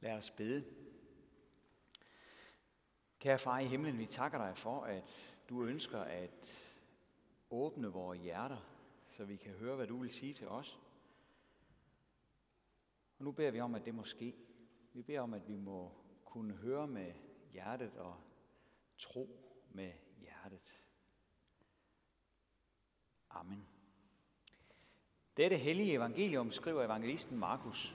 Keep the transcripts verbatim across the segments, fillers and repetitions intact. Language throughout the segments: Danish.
Lad os bede. Kære far i himlen, vi takker dig for, at du ønsker at åbne vores hjerter, så vi kan høre, hvad du vil sige til os. Og nu beder vi om, at det må ske. Vi beder om, at vi må kunne høre med hjertet og tro med hjertet. Amen. Dette hellige evangelium skriver evangelisten Markus.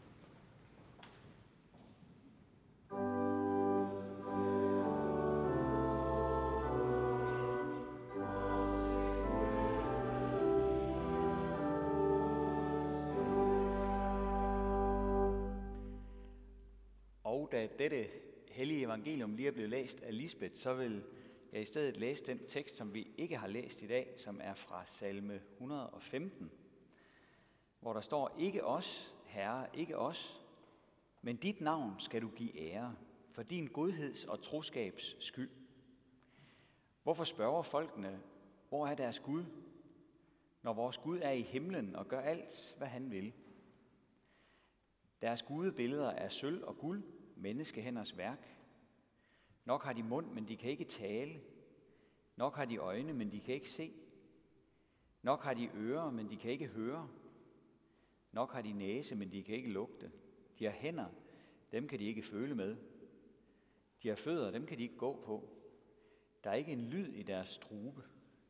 Og da dette hellige evangelium lige er blevet læst af Lisbeth, så vil jeg i stedet læse den tekst, som vi ikke har læst i dag, som er fra salme et hundrede og femten, hvor der står, ikke os, Herre, ikke os, men dit navn skal du give ære, for din godheds og troskabs skyld. Hvorfor spørger folkene, hvor er deres Gud, når vores Gud er i himlen og gør alt, hvad han vil? Deres gudebilleder er sølv og guld, menneskehænders værk. Nok har de mund, men de kan ikke tale. Nok har de øjne, men de kan ikke se. Nok har de ører, men de kan ikke høre. Nok har de næse, men de kan ikke lugte. De har hænder, dem kan de ikke føle med. De har fødder, dem kan de ikke gå på. Der er ikke en lyd i deres strube.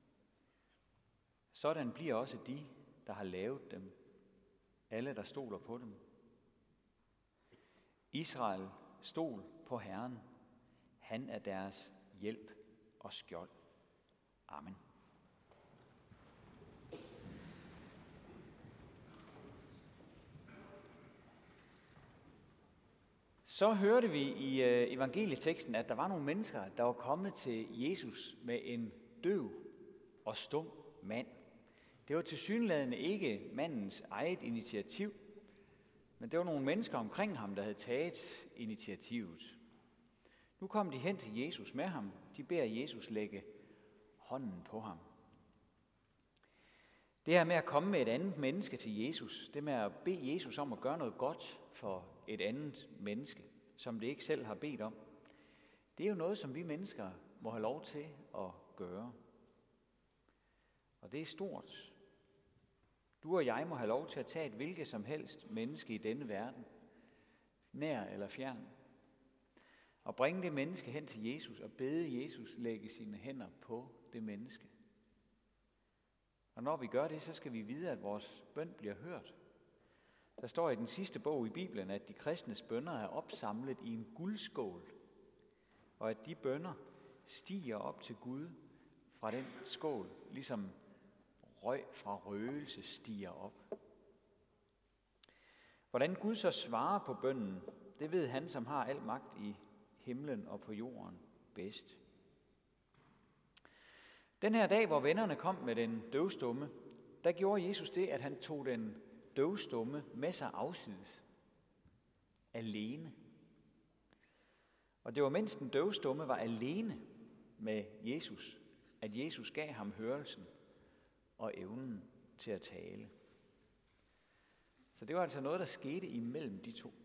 Sådan bliver også de, der har lavet dem. Alle, der stoler på dem. Israel, stol på Herren. Han er deres hjælp og skjold. Amen. Så hørte vi i evangelieteksten, at der var nogle mennesker, der var kommet til Jesus med en døv og stum mand. Det var tilsyneladende ikke mandens eget initiativ, men det var nogle mennesker omkring ham, der havde taget initiativet. Nu kom de hen til Jesus med ham. De beder Jesus lægge hånden på ham. Det her med at komme med et andet menneske til Jesus, det med at bede Jesus om at gøre noget godt for et andet menneske, som det ikke selv har bedt om, det er jo noget, som vi mennesker må have lov til at gøre. Og det er stort. Du og jeg må have lov til at tage et hvilket som helst menneske i denne verden, nær eller fjern, og bringe det menneske hen til Jesus og bede Jesus lægge sine hænder på det menneske. Og når vi gør det, så skal vi vide, at vores bøn bliver hørt. Der står i den sidste bog i Bibelen, at de kristnes bønner er opsamlet i en guldskål, og at de bønner stiger op til Gud fra den skål, ligesom røg fra røgelse stiger op. Hvordan Gud så svarer på bønnen, det ved han, som har al magt i himlen og på jorden bedst. Den her dag, hvor vennerne kom med den døvstumme, der gjorde Jesus det, at han tog den døvstumme med sig afsides. Alene. Og det var mens den døvstumme var alene med Jesus, at Jesus gav ham hørelsen og evnen til at tale. Så det var altså noget, der skete imellem de to.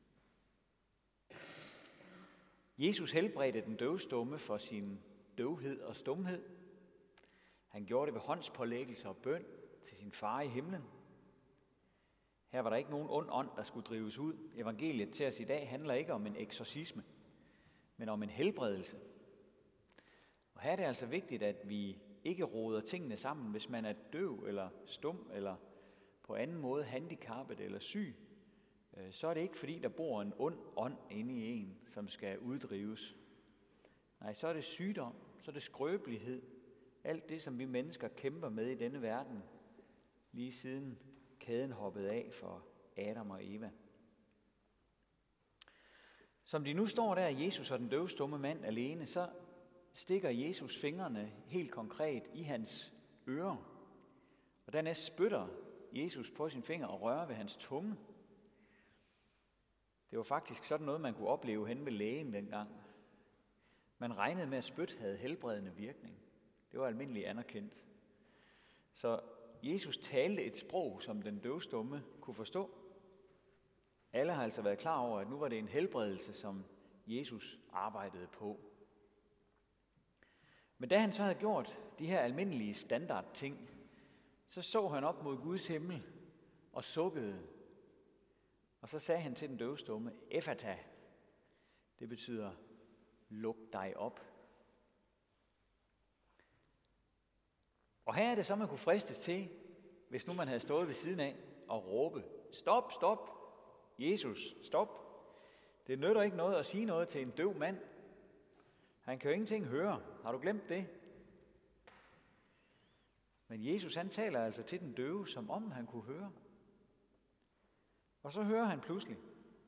Jesus helbredte den døvstumme for sin døvhed og stumhed. Han gjorde det ved håndspålæggelse og bøn til sin far i himlen. Her var der ikke nogen ond ånd, der skulle drives ud. Evangeliet til os i dag handler ikke om en eksorcisme, men om en helbredelse. Og her er det altså vigtigt, at vi ikke roder tingene sammen. Hvis man er døv eller stum eller på anden måde handicappet eller syg, så er det ikke fordi, der bor en ond ånd inde i en, som skal uddrives. Nej, så er det sygdom, så er det skrøbelighed. Alt det, som vi mennesker kæmper med i denne verden, lige siden kæden hoppede af for Adam og Eva. Som de nu står der, Jesus og den døvstumme mand alene, så stikker Jesus fingrene helt konkret i hans ører. Og dernæst spytter Jesus på sin finger og rører ved hans tunge. Det var faktisk sådan noget, man kunne opleve hen ved lægen dengang. Man regnede med, at spyt havde helbredende virkning. Det var almindeligt anerkendt. Så Jesus talte et sprog, som den døvstumme kunne forstå. Alle har altså været klar over, at nu var det en helbredelse, som Jesus arbejdede på. Men da han så havde gjort de her almindelige standardting, så så han op mod Guds himmel og sukkede. Og så sagde han til den døvstumme, Ephata. Det betyder, luk dig op. Og her er det så, man kunne fristes til, hvis nu man havde stået ved siden af og råbe, stop, stop, Jesus, stop. Det nytter ikke noget at sige noget til en døv mand. Han kan jo ingenting høre. Har du glemt det? Men Jesus, han taler altså til den døve, som om han kunne høre. Og så hører han pludselig.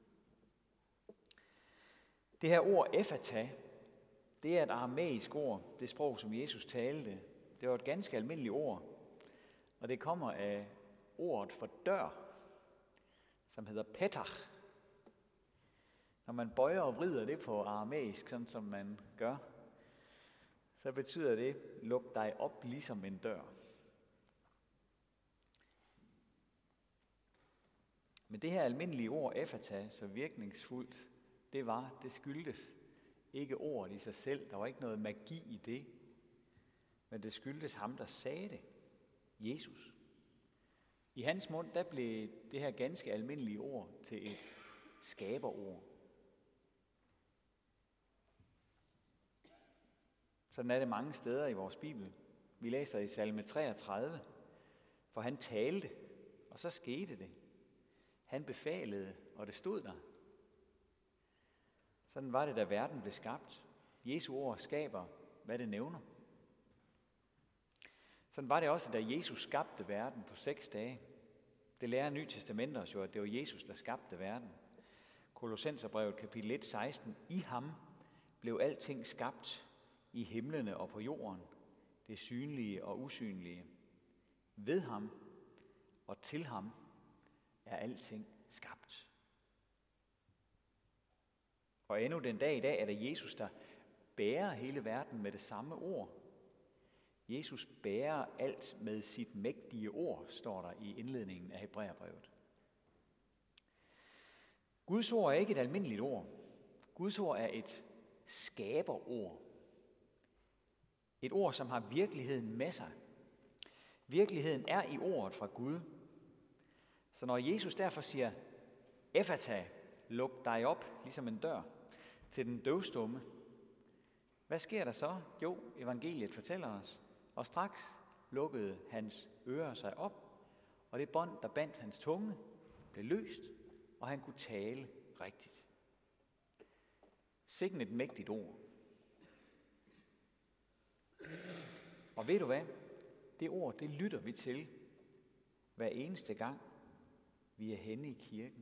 Det her ord, Ephata, det er et aramæisk ord, det sprog, som Jesus talte. Det var et ganske almindeligt ord, og det kommer af ordet for dør, som hedder petach. Når man bøjer og vrider det på aramæisk, sådan som man gør, så betyder det, luk dig op ligesom en dør. Men det her almindelige ord, Ephata, så virkningsfuldt, det var, det skyldtes ikke ordet i sig selv. Der var ikke noget magi i det. Men det skyldtes ham, der sagde det. Jesus. I hans mund, der blev det her ganske almindelige ord til et skaberord. Sådan er det mange steder i vores Bibel. Vi læser i salme treogtredive, for han talte, og så skete det. Han befalede, og det stod der. Sådan var det, da verden blev skabt. Jesu ord skaber, hvad det nævner. Sådan var det også, da Jesus skabte verden på seks dage. Det lærer Nye Testamentet os jo, at det var Jesus, der skabte verden. Kolossenserbrevet kapitel et, seksten. I ham blev alting skabt, i himlene og på jorden, det synlige og usynlige. Ved ham og til ham er alting skabt. Og endnu den dag i dag er det Jesus, der bærer hele verden med det samme ord. Jesus bærer alt med sit mægtige ord, står der i indledningen af Hebræerbrevet. Guds ord er ikke et almindeligt ord. Guds ord er et skaberord. Et ord, som har virkeligheden med sig. Virkeligheden er i ordet fra Gud. Så når Jesus derfor siger, Ephata, luk dig op, ligesom en dør, til den døvstumme, hvad sker der så? Jo, evangeliet fortæller os, og straks lukkede hans ører sig op, og det bånd, der bandt hans tunge, blev løst, og han kunne tale rigtigt. Sikken et mægtigt ord. Og ved du hvad? Det ord, det lytter vi til hver eneste gang, vi er henne i kirken.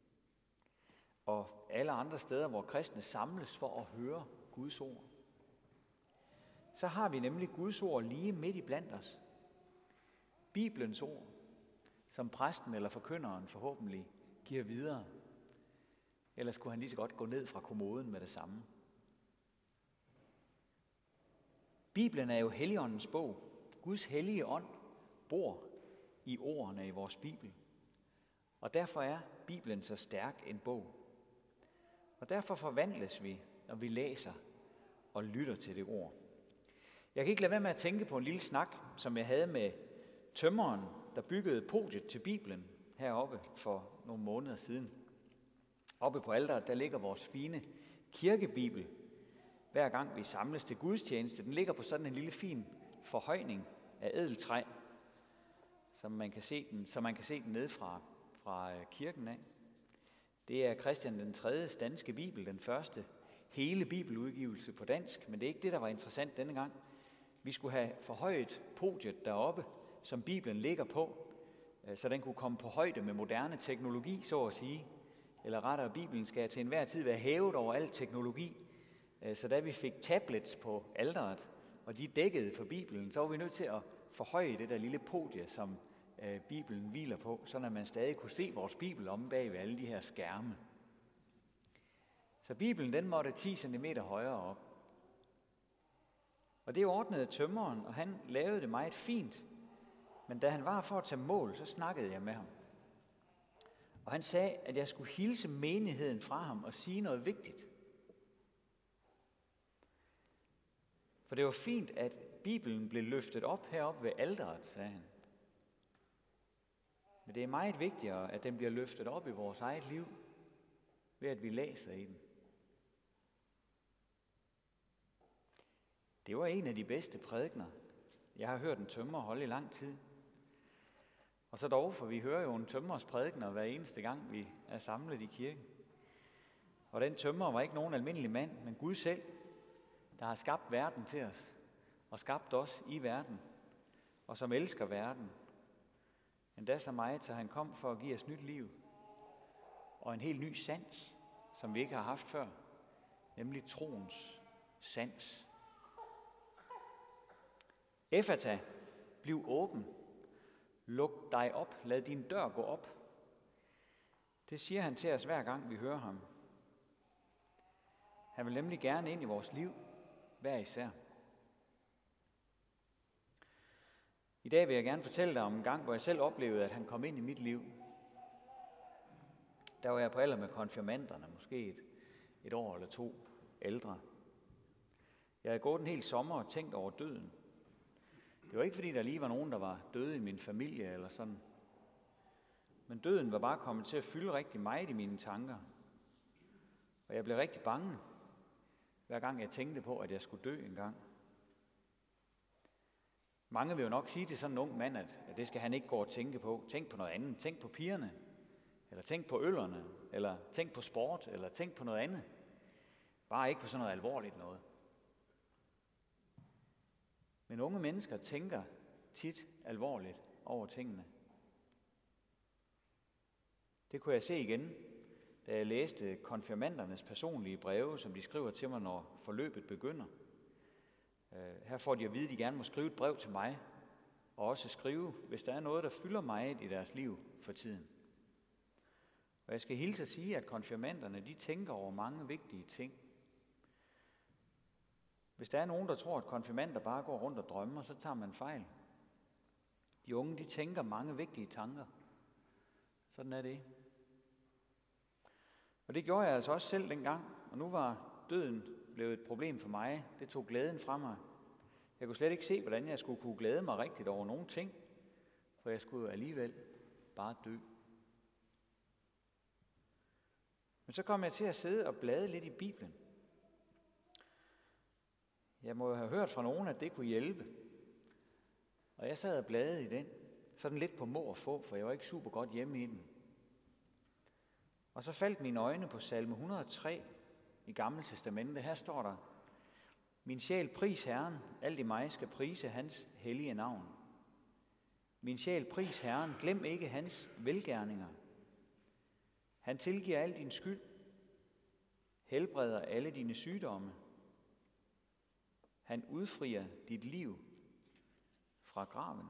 Og alle andre steder, hvor kristne samles for at høre Guds ord. Så har vi nemlig Guds ord lige midt i blandt os. Bibelens ord, som præsten eller forkynderen forhåbentlig giver videre. Ellers kunne han lige så godt gå ned fra kommoden med det samme. Bibelen er jo Helligåndens bog. Guds hellige ånd bor i ordene i vores Bibel. Og derfor er Bibelen så stærk en bog. Og derfor forvandles vi, når vi læser og lytter til det ord. Jeg kan ikke lade være med at tænke på en lille snak, som jeg havde med tømreren, der byggede podiet til Bibelen heroppe for nogle måneder siden. Oppe på alteret, der ligger vores fine kirkebibel. Hver gang vi samles til gudstjeneste, den ligger på sådan en lille fin forhøjning af ædeltræ, så man kan se den, så man kan se den ned fra, fra kirken af. Det er Christian den tredje danske bibel, den første hele bibeludgivelse på dansk, men det er ikke det, der var interessant denne gang. Vi skulle have forhøjet podiet deroppe, som Bibelen ligger på, så den kunne komme på højde med moderne teknologi, så at sige. Eller rettere, Bibelen skal til enhver tid være hævet over al teknologi. Så da vi fik tablets på alteret, og de dækkede for Bibelen, så var vi nødt til at forhøje det der lille podie, som øh, Bibelen hviler på, så at man stadig kunne se vores Bibel om bag ved alle de her skærme. Så Bibelen, den måtte ti centimeter højere op. Og det ordnede tømreren, og han lavede det meget fint. Men da han var for at tage mål, så snakkede jeg med ham. Og han sagde, at jeg skulle hilse menigheden fra ham og sige noget vigtigt. For det var fint, at Bibelen blev løftet op heroppe ved alteret, sagde han. Men det er meget vigtigere, at den bliver løftet op i vores eget liv, ved at vi læser i den. Det var en af de bedste prædikener, jeg har hørt en tømrer holde i lang tid. Og så dog, for vi hører jo en tømrers prædikener hver eneste gang, vi er samlet i kirken. Og den tømrer var ikke nogen almindelig mand, men Gud selv, der har skabt verden til os, og skabt os i verden, og som elsker verden. Endda så meget, så han kom for at give os nyt liv, og en helt ny sans, som vi ikke har haft før, nemlig troens sans. Efata, bliv åben. Luk dig op. Lad din dør gå op. Det siger han til os hver gang vi hører ham. Han vil nemlig gerne ind i vores liv, hver især. I dag vil jeg gerne fortælle dig om en gang, hvor jeg selv oplevede, at han kom ind i mit liv. Der var jeg på alder med konfirmanderne, måske et, et år eller to ældre. Jeg havde gået en hel sommer og tænkt over døden. Det var ikke, fordi der lige var nogen, der var døde i min familie eller sådan. Men døden var bare kommet til at fylde rigtig meget i mine tanker. Og jeg blev rigtig bange, hver gang jeg tænkte på, at jeg skulle dø en gang. Mange vil jo nok sige til sådan en ung mand, at, at det skal han ikke gå og tænke på. Tænk på noget andet. Tænk på pigerne. Eller tænk på øllerne. Eller tænk på sport. Eller tænk på noget andet. Bare ikke på sådan noget alvorligt noget. Men unge mennesker tænker tit alvorligt over tingene. Det kunne jeg se igen, da jeg læste konfirmandernes personlige breve, som de skriver til mig, når forløbet begynder. Her får de at vide, at de gerne må skrive et brev til mig, og også skrive, hvis der er noget, der fylder meget i deres liv for tiden. Og jeg skal hilse at sige, at konfirmanderne, de tænker over mange vigtige ting. Hvis der er nogen, der tror, at konfirmander bare går rundt og drømmer, så tager man fejl. De unge, de tænker mange vigtige tanker. Sådan er det. Og det gjorde jeg altså også selv dengang, og nu var døden blevet et problem for mig. Det tog glæden fra mig. Jeg kunne slet ikke se, hvordan jeg skulle kunne glæde mig rigtigt over nogen ting, for jeg skulle jo alligevel bare dø. Men så kom jeg til at sidde og blade lidt i Bibelen. Jeg må jo have hørt fra nogen, at det kunne hjælpe. Og jeg sad og bladede i den, sådan lidt på må og få, for jeg var ikke super godt hjemme i den. Og så faldt mine øjne på salme et hundrede og tre i Gamle Testamente. Her står der: Min sjæl, pris Herren, alt i mig skal prise hans hellige navn. Min sjæl, pris Herren, glem ikke hans velgerninger. Han tilgiver al din skyld, helbreder alle dine sygdomme. Han udfrier dit liv fra graven.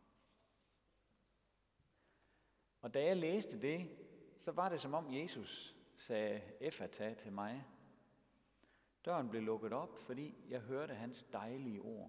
Og da jeg læste det, så var det som om Jesus sagde Efata til mig. Døren blev lukket op, fordi jeg hørte hans dejlige ord.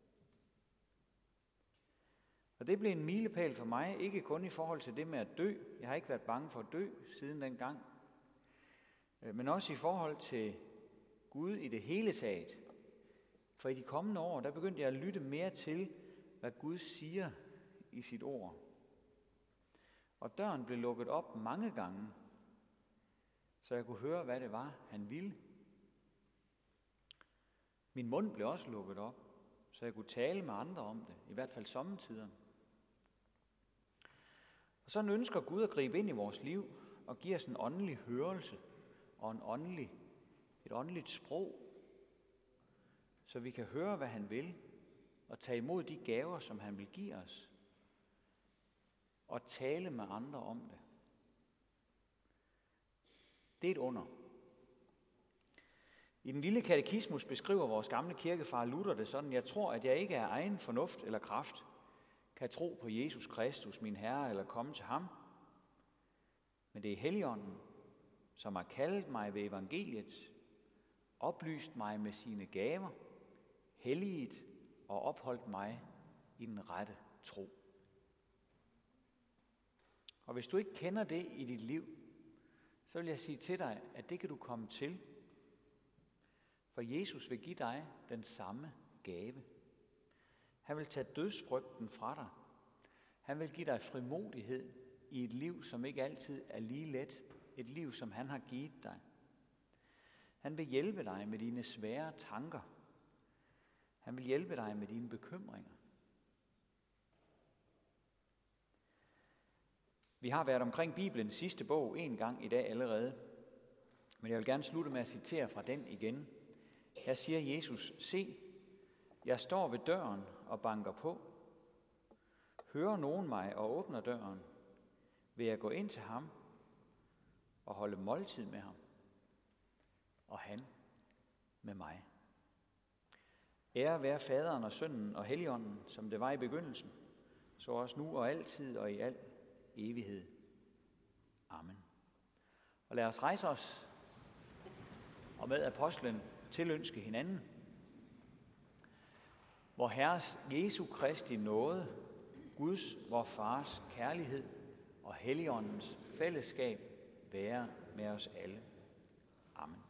Og det blev en milepæl for mig, ikke kun i forhold til det med at dø. Jeg har ikke været bange for at dø siden dengang. Men også i forhold til Gud i det hele taget. For i de kommende år, der begyndte jeg at lytte mere til, hvad Gud siger i sit ord. Og døren blev lukket op mange gange, så jeg kunne høre, hvad det var, han ville. Min mund blev også lukket op, så jeg kunne tale med andre om det, i hvert fald sommetider. Og så ønsker Gud at gribe ind i vores liv og give os en åndelig hørelse og en åndelig, et åndeligt sprog, så vi kan høre, hvad han vil, og tage imod de gaver, som han vil give os, og tale med andre om det. Det er et under. I den lille katekismus beskriver vores gamle kirkefar Luther det sådan: Jeg tror, at jeg ikke af egen fornuft eller kraft kan tro på Jesus Kristus, min Herre, eller komme til ham. Men det er Helligånden, som har kaldet mig ved evangeliet, oplyst mig med sine gaver, helliget og opholdt mig i den rette tro. Og hvis du ikke kender det i dit liv, så vil jeg sige til dig, at det kan du komme til. For Jesus vil give dig den samme gave. Han vil tage dødsfrygten fra dig. Han vil give dig frimodighed i et liv, som ikke altid er lige let. Et liv, som han har givet dig. Han vil hjælpe dig med dine svære tanker. Han vil hjælpe dig med dine bekymringer. Vi har været omkring Bibelens sidste bog en gang i dag allerede. Men jeg vil gerne slutte med at citere fra den igen. Her siger Jesus, se, jeg står ved døren og banker på. Hører nogen mig og åbner døren, vil jeg gå ind til ham og holde måltid med ham, og han med mig. Ære være Faderen og Sønnen og Helligånden, som det var i begyndelsen, så også nu og altid og i al evighed. Amen. Og lad os rejse os og med apostlen tilønske hinanden. Vor Herres Jesu Kristi nåde, Guds, vor Fars kærlighed og Helligåndens fællesskab være med os alle. Amen.